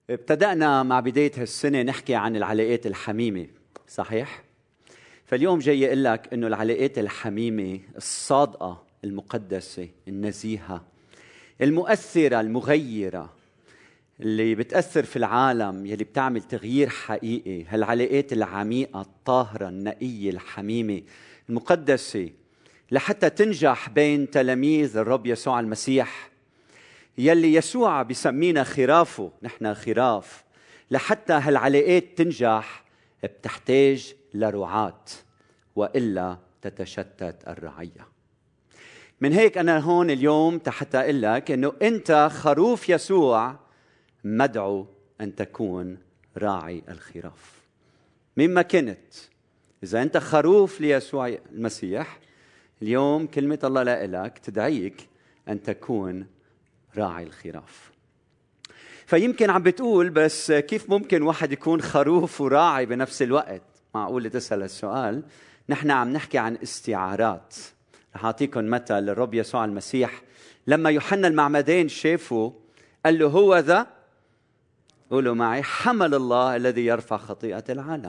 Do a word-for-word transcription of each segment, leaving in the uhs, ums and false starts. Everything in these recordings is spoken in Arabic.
ابتدأنا مع بداية هالسنة نحكي عن العلاقات الحميمة، صحيح؟ فاليوم جاي أقول لك إنه العلاقات الحميمة الصادقة المقدسة النزيهة المؤثرة المغيرة اللي بتأثر في العالم، يلي بتعمل تغيير حقيقي، هالعلاقات العميقة الطاهرة النقية الحميمة المقدسة لحتى تنجح بين تلاميذ الرب يسوع المسيح، يلي يسوع بيسمينا خرافه، نحن خراف. لحتى هالعلاقات تنجح بتحتاج لرعاة، وإلا تتشتت الرعية. من هيك أنا هون اليوم حتى أقول لك إنه أنت خروف يسوع مدعو أن تكون راعي الخراف مما كنت. إذا أنت خروف ليسوع المسيح، اليوم كلمة الله لك تدعيك أن تكون راعي الخراف. فيمكن عم بتقول بس كيف ممكن واحد يكون خروف وراعي بنفس الوقت؟ معقول تسأل السؤال. نحن عم نحكي عن استعارات. رح أعطيكم مثل. الرب يسوع المسيح لما يوحنا المعمدان شافه قال له هو ذا، قولوا معي، حمل الله الذي يرفع خطيئة العالم.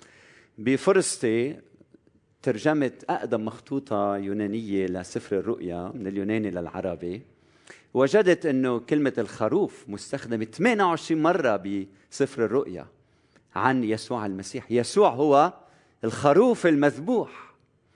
بفرستي ترجمت أقدم مخطوطة يونانية لسفر الرؤيا من اليوناني للعربي، وجدت أنه كلمة الخروف مستخدمة ثمانية وعشرين مرة بسفر الرؤيا عن يسوع المسيح. يسوع هو الخروف المذبوح،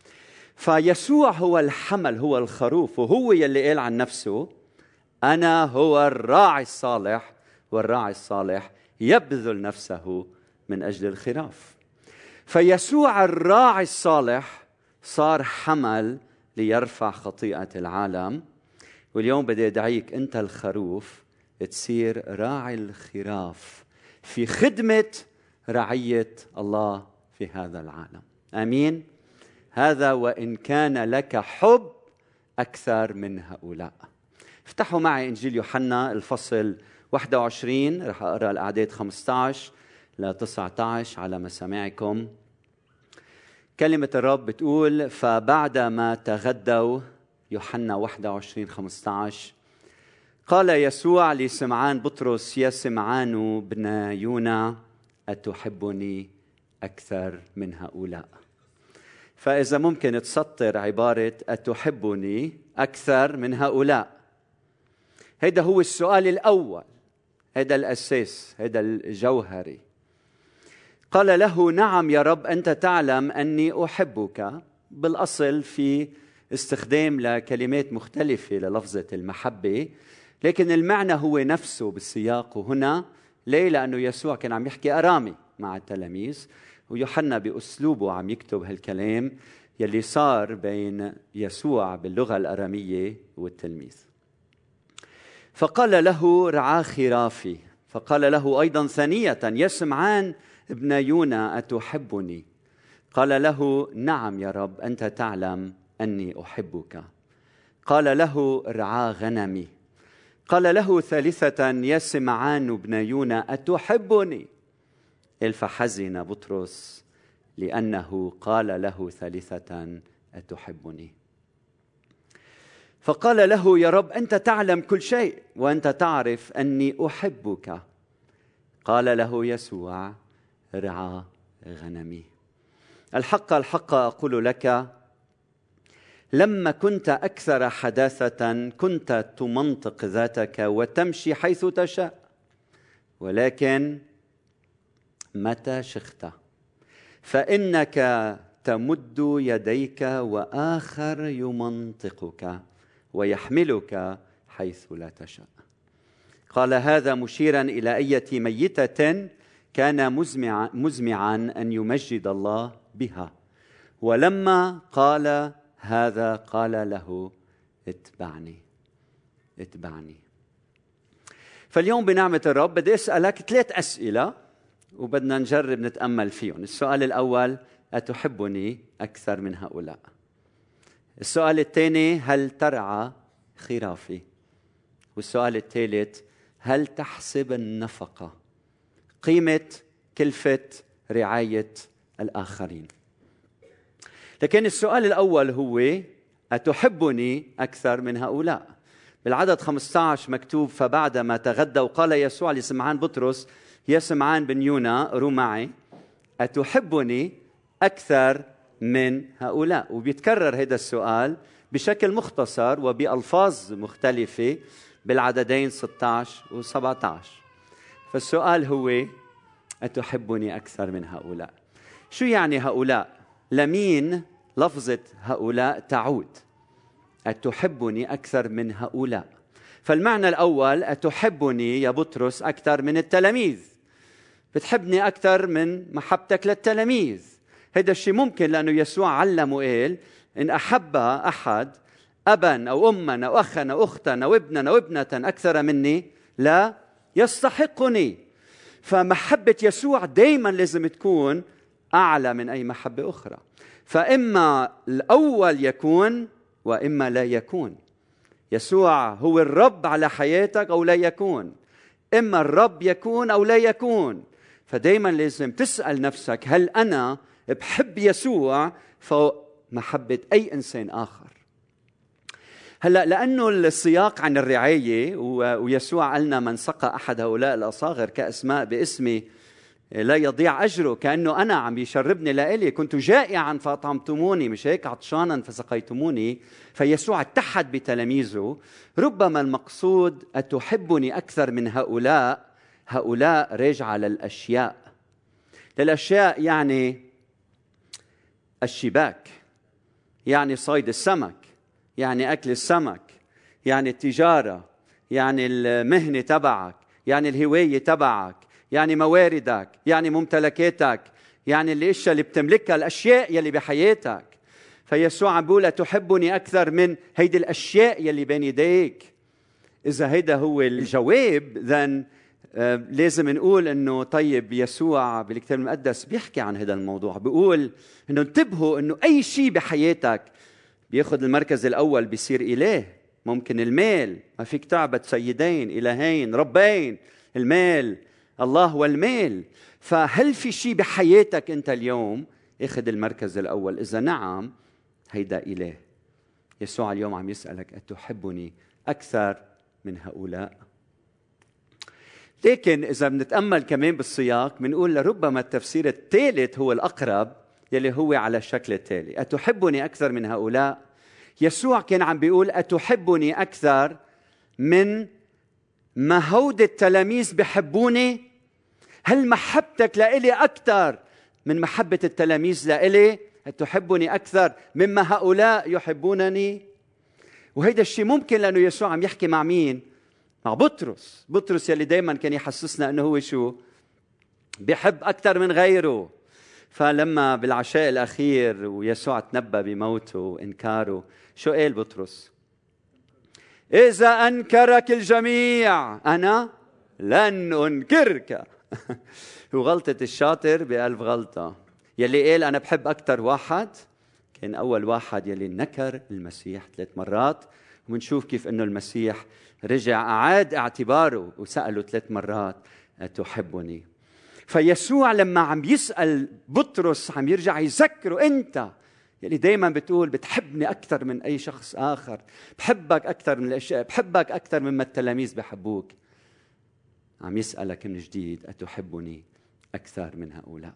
فيسوع هو الحمل، هو الخروف، وهو يلي قال عن نفسه أنا هو الراعي الصالح، والراعي الصالح يبذل نفسه من أجل الخراف. فيسوع الراعي الصالح صار حمل ليرفع خطيئة العالم. واليوم بدي أدعيك أنت الخروف تصير راعي الخراف في خدمة رعية الله في هذا العالم. آمين. هذا وإن كان لك حب أكثر من هؤلاء. افتحوا معي إنجيل يوحنا الفصل واحد وعشرين، رح أقرأ الأعداد خمسة عشر ل تسعة عشر على مسامعكم. كلمة الرب بتقول: فبعدما تغدوا، يوحنا واحد وعشرين خمسة عشر، قال يسوع لسمعان بطرس: يا سمعان ابن يونا، أتحبني أكثر من هؤلاء؟ فإذا ممكن تسطر عبارة أتحبني أكثر من هؤلاء، هذا هو السؤال الأول، هذا الأساس، هذا الجوهري. قال له: نعم يا رب، أنت تعلم أني أحبك. بالأصل في استخدام لكلمات مختلفة للفظة المحبة، لكن المعنى هو نفسه بالسياق هنا. ليه؟ لأنه يسوع كان عم يحكي أرامي مع التلاميذ، ويوحنا بأسلوبه عم يكتب هالكلام يلي صار بين يسوع باللغة الأرامية والتلميذ. فقال له: رعى خرافي. فقال له أيضا ثانية: يا سمعان ابن يونا، أتحبني؟ قال له: نعم يا رب، أنت تعلم أني أحبك. قال له: رعى غنمي. قال له ثالثة: يا سمعان ابن يونا، أتحبني؟ فحزن بطرس لأنه قال له ثالثة: أتحبني؟ فقال له: يا رب، أنت تعلم كل شيء، وأنت تعرف أني أحبك. قال له يسوع: رعى غنمي. الحق الحق أقول لك، لما كنت أكثر حداثة كنت تمنطق ذاتك وتمشي حيث تشاء، ولكن متى شخت فإنك تمد يديك وآخر يمنطقك ويحملك حيث لا تشاء. قال هذا مشيرا إلى أية ميتة كان مزمعا, مزمعا أن يمجد الله بها. ولما قال هذا قال له: اتبعني اتبعني. فاليوم بنعمة الرب بدي أسألك ثلاث أسئلة وبدنا نجرب نتأمل فيهم. السؤال الأول: أتحبني أكثر من هؤلاء؟ السؤال الثاني: هل ترعى خرافي؟ والسؤال الثالث: هل تحسب النفقة، قيمة كلفة رعاية الآخرين؟ لكن السؤال الأول هو: أتحبني أكثر من هؤلاء؟ بالعدد خمسة عشر مكتوب: فبعدما تغدى وقال يسوع لسمعان بطرس: يا سمعان بن يونا رمعي، أتحبني أكثر من هؤلاء؟ وبيتكرر هذا السؤال بشكل مختصر وبألفاظ مختلفة بالعددين ستة عشر و سبعة عشر. فالسؤال هو: أتحبني أكثر من هؤلاء؟ شو يعني هؤلاء؟ لمين لفظة هؤلاء تعود؟ أتحبني أكثر من هؤلاء. فالمعنى الأول: أتحبني يا بطرس أكثر من التلاميذ، بتحبني أكثر من محبتك للتلاميذ. هذا الشيء ممكن لأنه يسوع علم وقال: إن أحب أحد أبا أو أما أو أخا أو أختا أو ابنا أو ابنة أكثر مني لا يستحقني. فمحبة يسوع دايما لازم تكون أعلى من أي محبة أخرى. فإما الأول يكون وإما لا يكون. يسوع هو الرب على حياتك أو لا يكون، إما الرب يكون أو لا يكون. فدايما لازم تسأل نفسك: هل أنا بحب يسوع فوق محبة أي إنسان آخر؟ هلأ لأنه السياق عن الرعاية، ويسوع قالنا: من سقى أحد هؤلاء الأصاغر كأسماء باسمي لا يضيع أجره، كأنه أنا عم يشربني لإلي. كنت جائعا فأطعمتموني، مش هيك؟ عطشانا فسقيتموني. فيسوع اتحد بتلاميذه. ربما المقصود: أتحبني أكثر من هؤلاء. هؤلاء راجعة للأشياء، للأشياء يعني الشباك، يعني صيد السمك، يعني أكل السمك، يعني التجارة، يعني المهنة تبعك، يعني الهواية تبعك، يعني مواردك، يعني ممتلكاتك، يعني الاشياء اللي بتملكها، الاشياء يلي بحياتك. فيسوع عم بيقول: أتحبني اكثر من هيدي الاشياء يلي بين يديك. اذا هيدا هو الجواب، ذن آه لازم نقول انه طيب يسوع بالكتاب المقدس بيحكي عن هذا الموضوع، بيقول انه انتبهوا انه اي شيء بحياتك بياخذ المركز الاول بيصير اله. ممكن المال، ما فيك تعبد سيدين الهين ربين، المال، الله والمال. فهل في شيء بحياتك أنت اليوم ياخذ المركز الأول؟ إذا نعم، هيدا إله. يسوع اليوم عم يسألك: أتحبني أكثر من هؤلاء؟ لكن إذا بنتأمل كمان بالسياق بنقول لربما التفسير الثالث هو الأقرب، يلي هو على الشكل التالي: أتحبني أكثر من هؤلاء؟ يسوع كان عم بيقول: أتحبني أكثر من ما هود التلاميذ بحبوني؟ هل محبتك لإلي أكثر من محبة التلاميذ لإلي؟ تحبني أكثر مما هؤلاء يحبونني؟ وهيدا الشيء ممكن لأنه يسوع عم يحكي مع مين؟ مع بطرس. بطرس يلي دايما كان يحسسنا أنه هو شو؟ بيحب أكثر من غيره. فلما بالعشاء الأخير ويسوع تنبأ بموته وإنكاره، شو قال بطرس؟ إذا أنكرك الجميع أنا لن أنكرك. وغلطة الشاطر بألف غلطة. يلي قال أنا بحب أكتر واحد كان أول واحد يلي نكر المسيح ثلاث مرات. ومنشوف كيف أنه المسيح رجع أعاد اعتباره وسأله ثلاث مرات: أتحبني؟ فيسوع لما عم يسأل بطرس عم يرجع يذكره: أنت يلي دايما بتقول بتحبني أكثر من أي شخص آخر، بحبك أكثر من الأشياء، بحبك أكثر مما التلاميذ بحبوك، عم يسألك من جديد: أتحبني أكثر من هؤلاء؟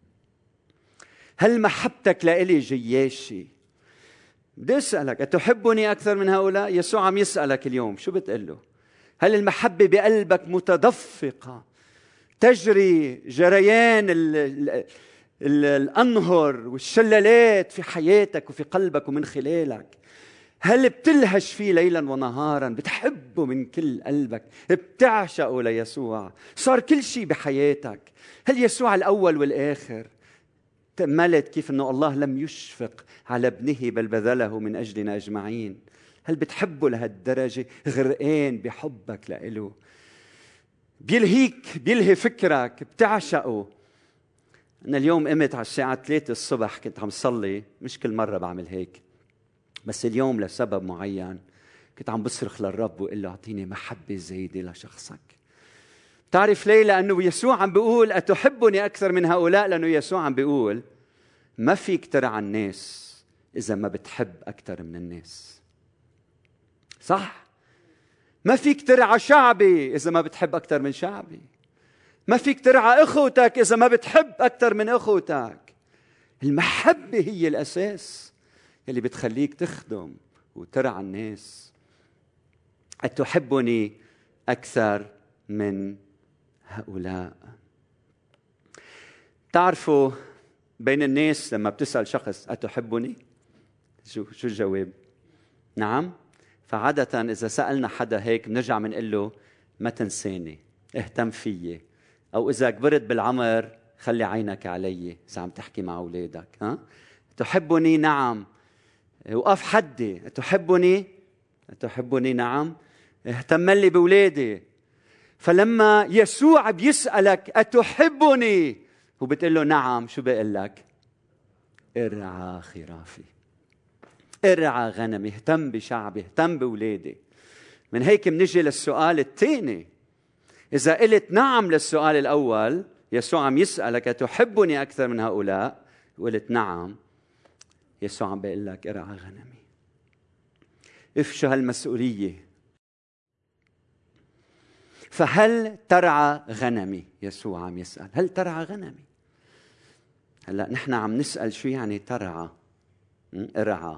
هل محبتك لإلي جياشي؟ بدي أسألك: أتحبني أكثر من هؤلاء؟ يسوع عم يسألك اليوم، شو بتقول له؟ هل المحبة بقلبك متدفقة تجري جريان ال ال الأنهر والشلالات في حياتك وفي قلبك ومن خلالك؟ هل بتلهج فيه ليلا ونهارا، بتحبه من كل قلبك، بتعشقه ليسوع، صار كل شيء بحياتك؟ هل يسوع الأول والآخر؟ تأملت كيف أنه الله لم يشفق على ابنه بل بذله من أجلنا أجمعين؟ هل بتحبه لهالدرجة؟ غرقان بحبك لإله، بيلهيك، بيلهي فكرك، بتعشقه. أنا اليوم قمت على الساعة ثلاثة الصبح، كنت عم صلي، مش كل مرة بعمل هيك، بس اليوم لسبب معين كنت عم بصرخ للرب وقل له: أعطيني محبة زايدة لشخصك. تعرف ليه؟ لأنه يسوع عم بيقول: أتحبني أكثر من هؤلاء؟ لأنه يسوع عم بيقول ما فيك ترعى الناس إذا ما بتحب أكثر من الناس. صح؟ ما فيك ترعى شعبي إذا ما بتحب أكثر من شعبي. ما فيك ترعى أخوتك إذا ما بتحب أكثر من أخوتك. المحبة هي الأساس اللي بتخليك تخدم وترعى الناس. أتحبني أكثر من هؤلاء؟ تعرفوا بين الناس لما بتسأل شخص أتحبني؟ شو شو الجواب؟ نعم. فعادة إذا سألنا حدا هيك بنرجع بنقول له ما تنساني، اهتم فيي، أو إذا كبرت بالعمر خلي عينك علي إذا عم تحكي مع أولادك. ها؟ تحبني؟ نعم. وقف حدي. تحبني؟ تحبني؟ نعم. اهتم لي بأولادي. فلما يسوع بيسألك أتحبني وبتقول له نعم، شو بيقول لك؟ ارعى خرافي، ارعى غنمي، اهتم بشعبي، اهتم بأولادي. من هيك منجي للسؤال الثاني. إذا قلت نعم للسؤال الأول، يسوع عم يسألك أتحبني أكثر من هؤلاء، وقلت نعم، يسوع عم بيقول لك ارعى غنمي. افشوا هالمسؤولية. فهل ترعى غنمي؟ يسوع عم يسأل هل ترعى غنمي؟ هلأ نحن عم نسأل شو يعني ترعى. ارعى.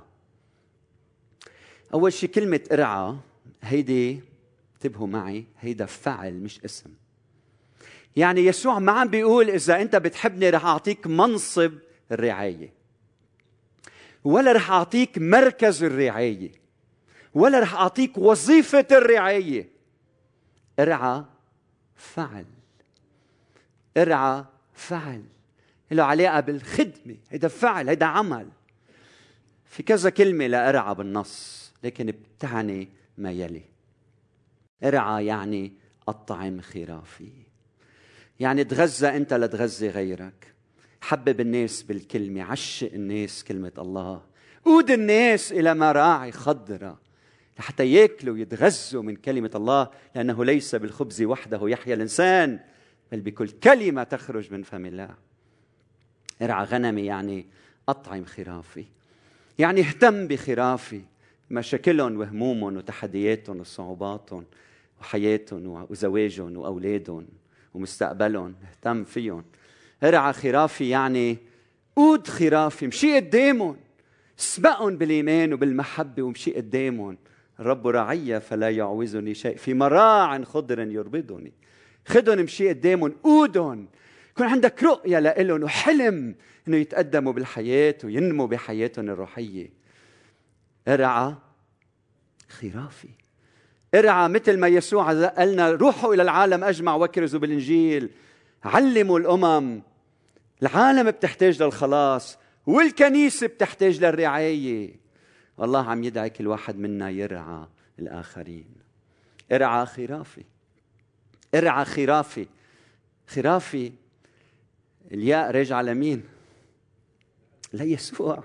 أول شيء كلمة ارعى هيدي، انتبهوا معي، هيدا فعل مش اسم. يعني يسوع ما عم بيقول إذا أنت بتحبني رح أعطيك منصب الرعاية، ولا رح أعطيك مركز الرعاية، ولا رح أعطيك وظيفة الرعاية. ارعى فعل. ارعى فعل له علاقة بالخدمة. هيدا فعل، هيدا عمل. في كذا كلمة لارعى بالنص، لكن بتعني ما يلي. ارعى يعني أطعم خرافي، يعني تغذى أنت لتغذي غيرك. حبب الناس بالكلمة، عشق الناس كلمة الله، قود الناس إلى مراعي خضرة لحتى يأكلوا ويتغذوا من كلمة الله، لأنه ليس بالخبز وحده يحيا الإنسان بل بكل كلمة تخرج من فم الله. ارعى غنمي يعني أطعم خرافي، يعني اهتم بخرافي، مشاكلهم وهمومهم وتحدياتهم وصعوباتهم وحياتهم وزواجهم وأولادهم ومستقبلهم، اهتم فيهم. ارعى خرافي يعني قود خرافي، مشي قدامهم، سبقهم بالإيمان وبالمحبة ومشي قدامهم. الرب رعي فلا يعوزني شيء، في مراع خضر يربضني. خدهم مشي قدامهم، قودهم، يكون عندك رؤية لهم وحلم إنه يتقدموا بالحياة وينموا بحياتهم الروحية. ارعى خرافي. ارعى مثل ما يسوع قالنا روحوا إلى العالم أجمع وكرزوا بالإنجيل، علموا الأمم. العالم بتحتاج للخلاص والكنيسة بتحتاج للرعاية. والله عم يدعي كل واحد منا يرعى الآخرين. ارعى خرافي. ارعى خرافي. خرافي الياء راجعة لمين؟ ليسوع.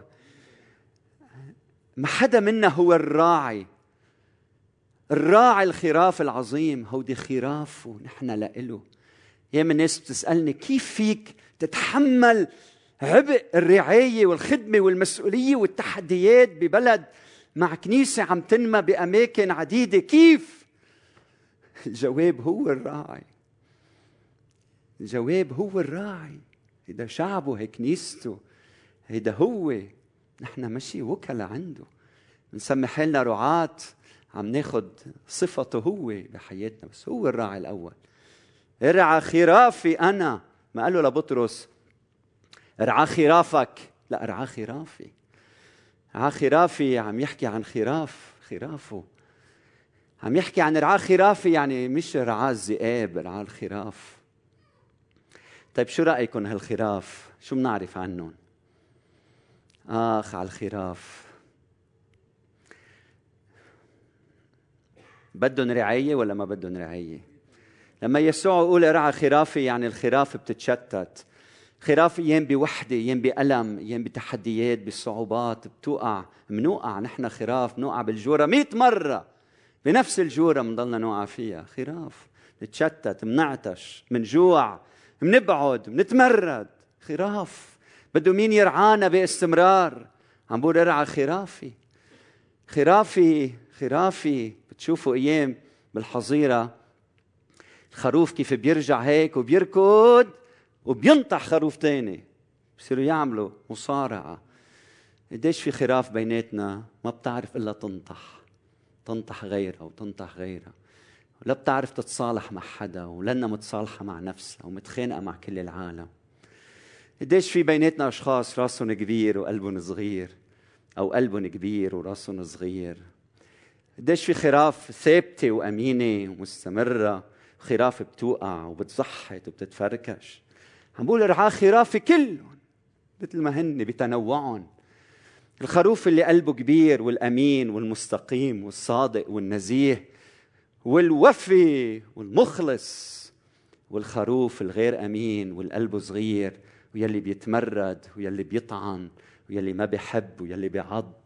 ما حدا منا هو الراعي. الراعي الخراف العظيم، هودي خراف ونحن لإله. يا من الناس بتسألني كيف فيك تتحمل عبء الرعاية والخدمة والمسؤولية والتحديات ببلد مع كنيسة عم تنمى بأماكن عديدة، كيف؟ الجواب هو الراعي. الجواب هو الراعي. هيدا شعبه، هي كنيسته، هيدا هو. نحن ماشي وكلاء عنده، بنسمي حالنا رعاة، عم ناخد صفته هو بحياتنا، بس هو الراعي الأول. ارعى خرافي أنا، ما قال له لبطرس ارعى خرافك، لا ارعى خرافي. ارعى خرافي عم يحكي عن خراف، خرافه. عم يحكي عن ارعى خرافي يعني مش رعاة الذئاب، رعاة الخراف. طيب شو رأيكم هالخراف؟ شو بنعرف عنهم؟ آخ على الخراف، بدهم رعاية ولا ما بدهم رعاية؟ لما يسوع يقول ارعى خرافي يعني الخراف بتتشتت. خراف ايام بوحده، ايام بألم، ايام بتحديات، بالصعوبات، بتوقع. منوقع نحن خراف، نوقع بالجورة مئة مرة، بنفس الجورة منضلنا نوقع فيها. خراف بتتشتت، منعطش، منجوع، منبعد، منتمرد. خراف بده مين يرعانا باستمرار. عم بقول ارعى خرافي. خرافي خرافي بتشوفوا ايام بالحظيرة الخروف كيف بيرجع هيك وبيركض وبينطح خروف تاني، بصيروا يعملوا مصارعة. قديش في خراف بيناتنا ما بتعرف إلا تنطح، تنطح غيرها وتنطح غيرها، ولا بتعرف تتصالح مع حدا، ولنا متصالحة مع نفسها ومتخانقة مع كل العالم. قديش في بيناتنا أشخاص راسهم كبير وقلبهم صغير، أو قلبهم كبير وراسهم صغير. قديش في خراف ثابتة وأمينة ومستمرة، خراف بتوقع وبتزحت وبتتفركش. عم بقول رعاة خرافي كلهم مثل ما هن بتنوعهم. الخروف اللي قلبه كبير والأمين والمستقيم والصادق والنزيه والوفي والمخلص، والخروف الغير أمين والقلب صغير ويلي بيتمرد ويلي بيطعن ويلي ما بيحب ويلي بيعض.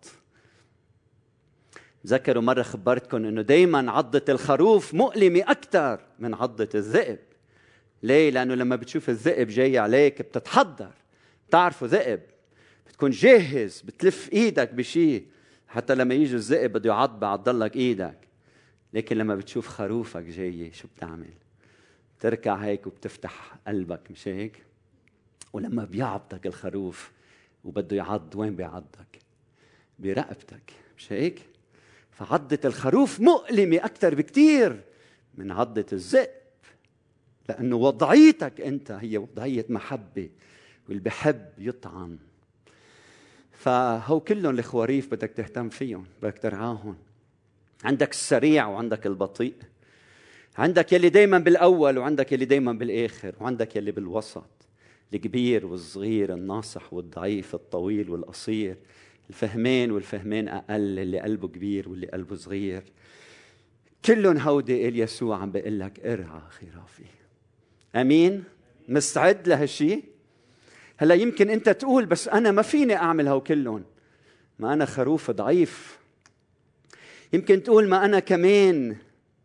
ذكروا مرة خبرتكم أنه دايما عضة الخروف مؤلمة أكثر من عضة الذئب. ليه؟ لأنه لما بتشوف الذئب جاي عليك بتتحضر، تعرفوا ذئب بتكون جاهز، بتلف إيدك بشيء حتى لما يجي الذئب بده يعض بعضلك إيدك. لكن لما بتشوف خروفك جاي شو بتعمل؟ بتركع هيك وبتفتح قلبك، مش هيك؟ ولما بيعضك الخروف وبده يعض، وين بيعضك؟ برقبتك، مش هيك؟ فعضة الخروف مؤلمة أكثر بكتير من عضة الذئب، لأنه وضعيتك أنت هي وضعية محبة، واللي بحب يطعن. فهو كلهم الخواريف بدك تهتم فيهم، بدك ترعاهم. عندك السريع وعندك البطيء، عندك يلي دايما بالأول وعندك يلي دايما بالآخر، وعندك يلي بالوسط، الكبير والصغير، الناصح والضعيف، الطويل والقصير، الفهمين والفهمين أقل، اللي قلبه كبير واللي قلبه صغير. كلهم هودي قال يسوع عم بيقول لك ارعى خرافي. أمين؟ مستعد لهالشي؟ هلا يمكن أنت تقول بس أنا ما فيني أعمل هو كلهم، ما أنا خروف ضعيف. يمكن تقول ما أنا كمان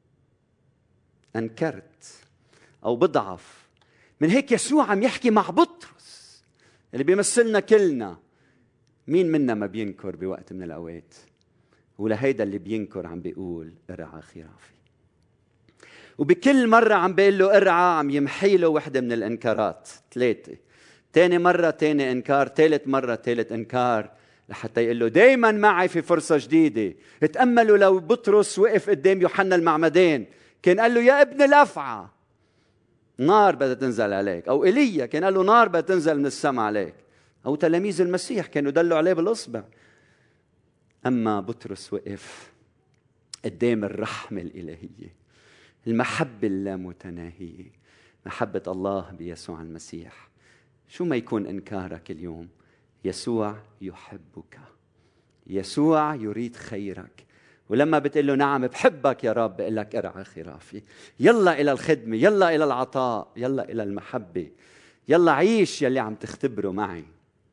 أنكرت أو بضعف. من هيك يسوع عم يحكي مع بطرس اللي بيمثلنا كلنا. مين منا ما بينكر بوقت من الأوقات؟ ولهيدا اللي بينكر عم بيقول ارعى خرافي. وبكل مرة عم بيقول له ارعى عم يمحي له وحدة من الإنكارات، ثلاثة. تاني مرة تاني إنكار، ثالث مرة ثالث إنكار، لحتى يقول له دايما معي في فرصة جديدة. اتأملوا لو بطرس وقف قدام يوحنا المعمدان كان قال له يا ابن الأفعى نار بدها تنزل عليك، أو إيليا كان قال له نار بدها تنزل من السماء عليك، أو تلاميذ المسيح كانوا دلوا عليه بالإصبع. أما بطرس وقف قدام الرحمة الإلهية، المحبة اللامتناهية، محبة الله بيسوع المسيح. شو ما يكون إنكارك اليوم، يسوع يحبك، يسوع يريد خيرك. ولما بتقول له نعم بحبك يا رب، بقول لك ارعى خرافي. يلا إلى الخدمة، يلا إلى العطاء، يلا إلى المحبة، يلا عيش يلي عم تختبره معي.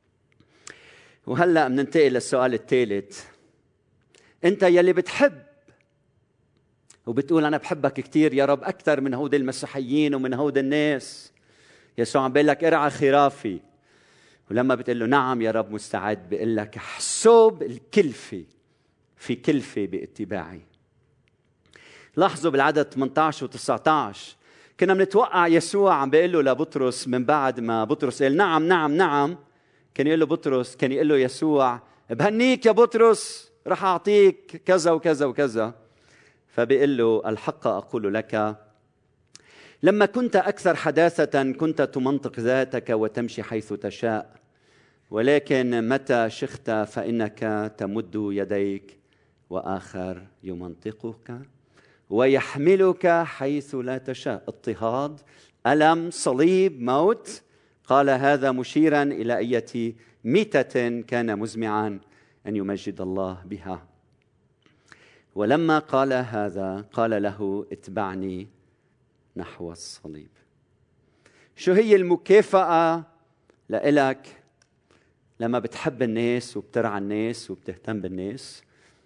وهلأ بننتقل للسؤال الثالث. أنت يلي بتحب وبتقول أنا بحبك كتير يا رب، أكثر من هود المسيحيين ومن هود الناس، يسوع عم بيقول لك ارعى خرافي. ولما بتقول له نعم يا رب مستعد، بيقول لك احسب الكلفة، في كلفة باتباعي. لاحظوا بالعدد ثمانية عشر و تسعة عشر كنا بنتوقع يسوع عم بيقول له لبطرس من بعد ما بطرس قال نعم نعم نعم، كان يقول له بطرس، كان يقول له يسوع بهنيك يا بطرس رح أعطيك كذا وكذا وكذا. فبيقول له الحق أقول لك لما كنت أكثر حداثة كنت تمنطق ذاتك وتمشي حيث تشاء، ولكن متى شخت فإنك تمد يديك وآخر يمنطقك ويحملك حيث لا تشاء. اضطهاد، ألم، صليب، موت. قال هذا مشيرا إلى أية ميتة كان مزمعا أن يمجد الله بها. ولما قال هذا قال له اتبعني نحو الصليب. شو هي المكافأة لإلك لما بتحب الناس وبترعى الناس وبتهتم بالناس؟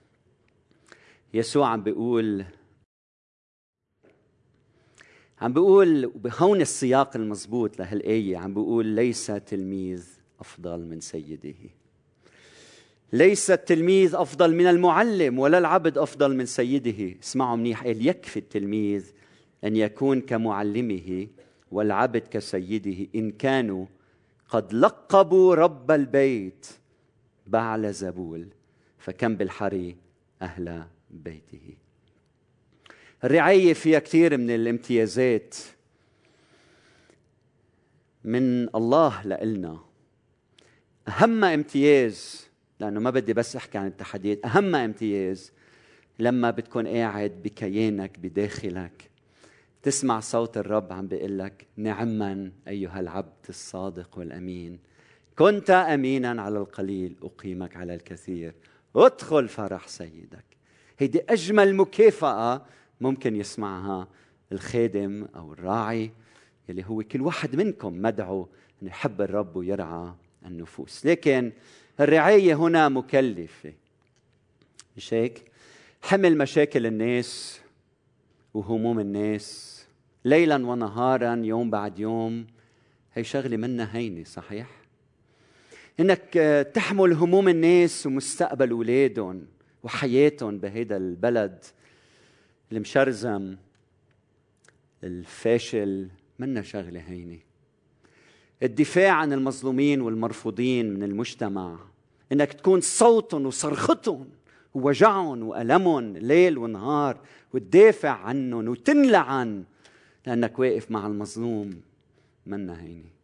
يسوع عم بيقول عم بيقول بهون السياق المضبوط لهالآية، عم بيقول ليس تلميذ أفضل من سيده. ليس التلميذ أفضل من المعلم ولا العبد أفضل من سيده. اسمعوا منيح، قال يكفي التلميذ أن يكون كمعلمه والعبد كسيده إن كانوا قد لقبوا رب البيت بعل زبول، فكم بالحري أهل بيته. الرعاية فيها كثير من الامتيازات من الله لإلنا. أهم امتياز، لأنه ما بدي بس أحكي عن التحديات، أهم امتياز لما بتكون قاعد بكيانك بداخلك تسمع صوت الرب عم بيقول لك نعما أيها العبد الصادق والأمين، كنت أمينا على القليل أقيمك على الكثير، ادخل فرح سيدك. هيدي أجمل مكافأة ممكن يسمعها الخادم أو الراعي، يلي هو كل واحد منكم مدعو أن يحب الرب ويرعى النفوس. لكن الرعاية هنا مكلفة، مش هيك؟ حمل مشاكل الناس وهموم الناس ليلا ونهارا يوم بعد يوم، هي شغلة منا هينة، صحيح؟ إنك تحمل هموم الناس ومستقبل أولادهم وحياتهم بهذا البلد المشرزم الفاشل، منا شغلة هينة. الدفاع عن المظلومين والمرفوضين من المجتمع، إنك تكون صوتهم وصرختهم ووجعهم وألمهم ليل ونهار وتدافع عنهم وتنلعن لأنك واقف مع المظلوم، منا هينة.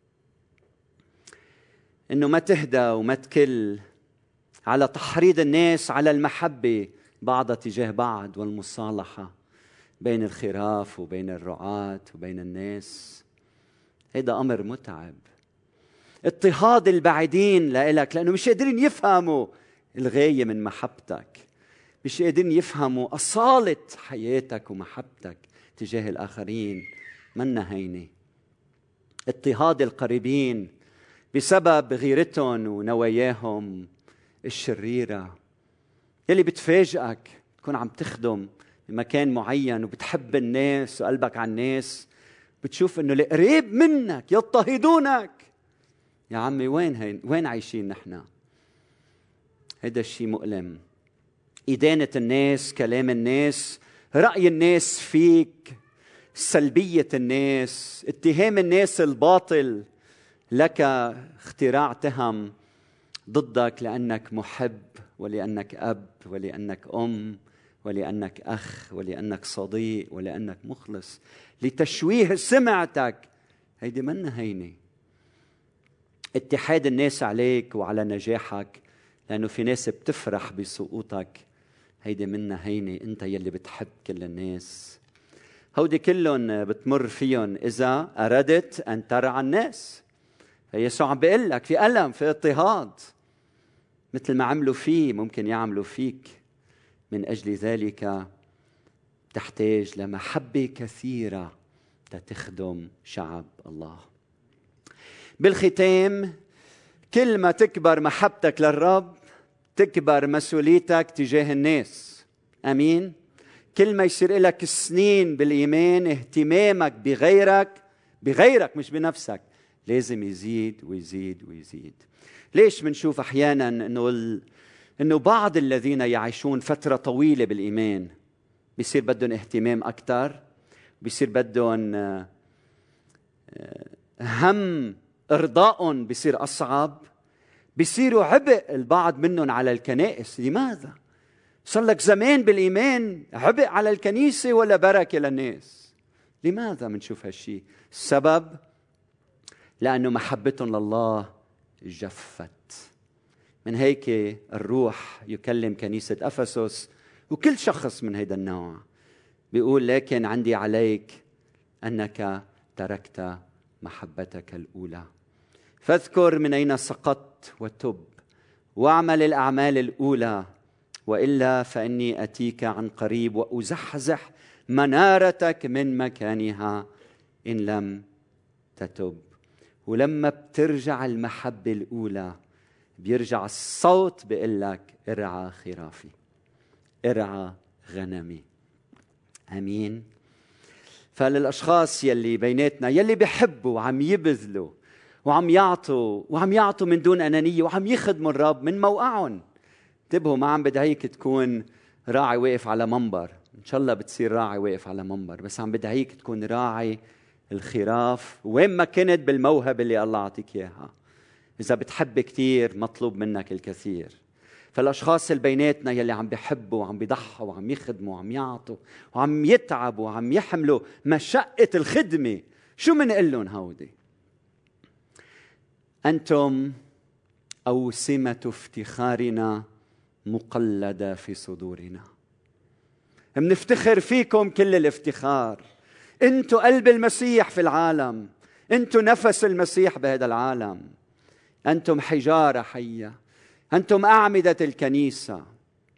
إنه ما تهدى وما تكل على تحريض الناس على المحبة بعض تجاه بعض والمصالحة بين الخراف وبين الرعاة وبين الناس، هذا أمر متعب. اضطهاد البعيدين لإلك لأنه مش قادرين يفهموا الغاية من محبتك، مش قادرين يفهموا أصالة حياتك ومحبتك تجاه الآخرين، منا هينة. اضطهاد القريبين بسبب غيرتهم ونواياهم الشريرة، يلي بتفاجئك تكون عم تخدم بمكان معين وبتحب الناس وقلبك على الناس، بتشوف انه القريب منك يضطهدونك. يا عمي وين هين؟ وين عايشين نحن؟ هذا الشيء مؤلم. إدانة الناس، كلام الناس، رأي الناس فيك، سلبية الناس، اتهام الناس الباطل لك، اختراع تهم ضدك لأنك محب ولأنك أب ولأنك أم ولأنك أخ ولأنك صديق ولأنك مخلص، لتشويه سمعتك. هيدي منا هينة. اتحاد الناس عليك وعلى نجاحك لأنه في ناس بتفرح بسقوطك، هيدي منا هينة. أنت يلي بتحب كل الناس، هودي كلهم بتمر فيهم إذا أردت أن ترعى الناس. فيسوع عم بيقول لك في ألم، في اضطهاد، مثل ما عملوا فيه ممكن يعملوا فيك. من أجل ذلك تحتاج لمحبة كثيرة تخدم شعب الله. بالختام، كل ما تكبر محبتك للرب تكبر مسؤوليتك تجاه الناس. أمين. كل ما يصير لك سنين بالإيمان، اهتمامك بغيرك بغيرك مش بنفسك لازم يزيد ويزيد ويزيد. ليش منشوف أحيانا أنه, ال... أنه بعض الذين يعيشون فترة طويلة بالإيمان بيصير بدهم اهتمام أكثر، بيصير بدهم هم إرضاءهم بيصير أصعب، بيصيروا عبء البعض منهم على الكنائس. لماذا؟ صار لك زمان بالإيمان، عبء على الكنيسة ولا بركة للناس؟ لماذا منشوف هالشيء؟ السبب لأنه محبتهم لله جفت. من هيك الروح يكلم كنيسة أفسس وكل شخص من هذا النوع، بيقول لكن عندي عليك أنك تركت محبتك الأولى، فاذكر من أين سقطت وتب واعمل الأعمال الأولى، وإلا فإني أتيك عن قريب وأزحزح منارتك من مكانها إن لم تتب. ولما بترجع المحبة الأولى بيرجع الصوت بيقول لك ارعى خرافي، ارعى غنمي. أمين. فللأشخاص يلي بيناتنا يلي بيحبوا وعم يبذلوا وعم يعطوا وعم يعطوا من دون أنانية، وعم يخدموا الرب من موقعهم. انتبهوا، ما عم بدعيك تكون راعي واقف على منبر، إن شاء الله بتصير راعي واقف على منبر، بس عم بدعيك تكون راعي الخراف وين ما كنت بالموهبة اللي الله عطيك إياها. إذا بتحب كتير مطلوب منك الكثير. فالأشخاص اللي بيناتنا يلي عم بيحبوا وعم بيضحوا وعم يخدموا وعم يعطوا وعم يتعبوا وعم يحملوا مشقة الخدمة، شو منقول لهم هودي؟ أنتم أوسمة افتخارنا مقلدة في صدورنا. منفتخر فيكم كل الافتخار. أنتم قلب المسيح في العالم، أنتم نفس المسيح بهذا العالم، أنتم حجارة حية، أنتم أعمدة الكنيسة،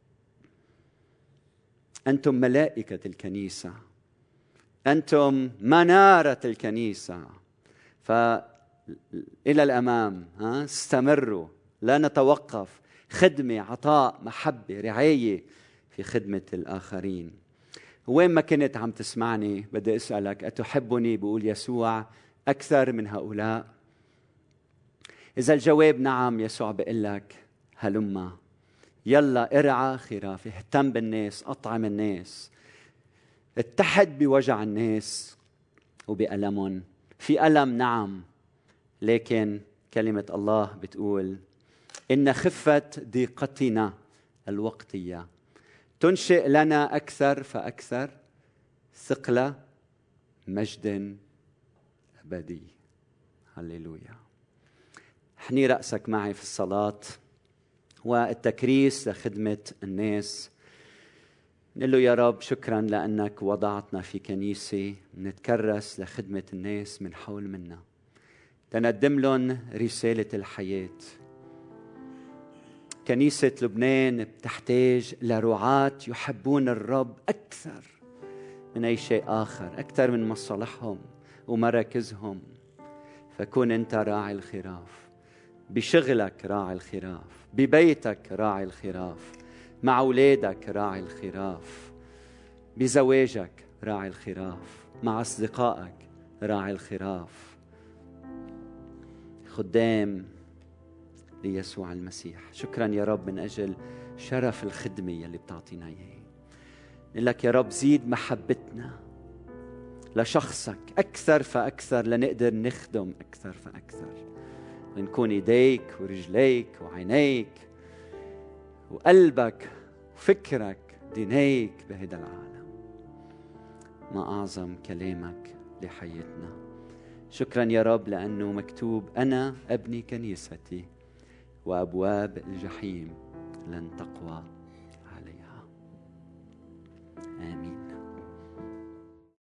أنتم ملائكة الكنيسة، أنتم منارة الكنيسة. فإلى الأمام ها استمروا، لا نتوقف. خدمة، عطاء، محبة، رعاية في خدمة الآخرين. وين ما كنت عم تسمعني بدي أسألك، أتحبني بقول يسوع أكثر من هؤلاء؟ إذا الجواب نعم، يسوع بيقول لك هلما يلا ارعى خرافي، اهتم بالناس، أطعم الناس، اتحد بوجع الناس وبألمهم. في ألم نعم، لكن كلمة الله بتقول إن خفة ضيقتنا الوقتية تنشئ لنا أكثر فأكثر ثقل مجد أبدي. هللويا. احني رأسك معي في الصلاة والتكريس لخدمة الناس. نقول له يا رب شكرا لأنك وضعتنا في كنيسة نتكرس لخدمة الناس من حول منا، تنقدم لهم رسالة الحياة. كنيسة لبنان بتحتاج لرعاة يحبون الرب أكثر من أي شيء آخر، أكثر من مصالحهم ومراكزهم. فكون أنت راعي الخراف، بشغلك راعي الخراف، ببيتك راعي الخراف، مع أولادك راعي الخراف، بزواجك راعي الخراف، مع أصدقائك راعي الخراف. خدام ليسوع المسيح. شكرا يا رب من أجل شرف الخدمة يلي بتعطينا إياه. نقول لك يا رب زيد محبتنا لشخصك أكثر فأكثر، لنقدر نخدم أكثر فأكثر، ونكون إيديك ورجليك وعينيك وقلبك وفكرك دينيك بهذا العالم. ما أعظم كلامك لحياتنا. شكرا يا رب لأنه مكتوب أنا أبني كنيستي وأبواب الجحيم لن تقوى عليها. آمين.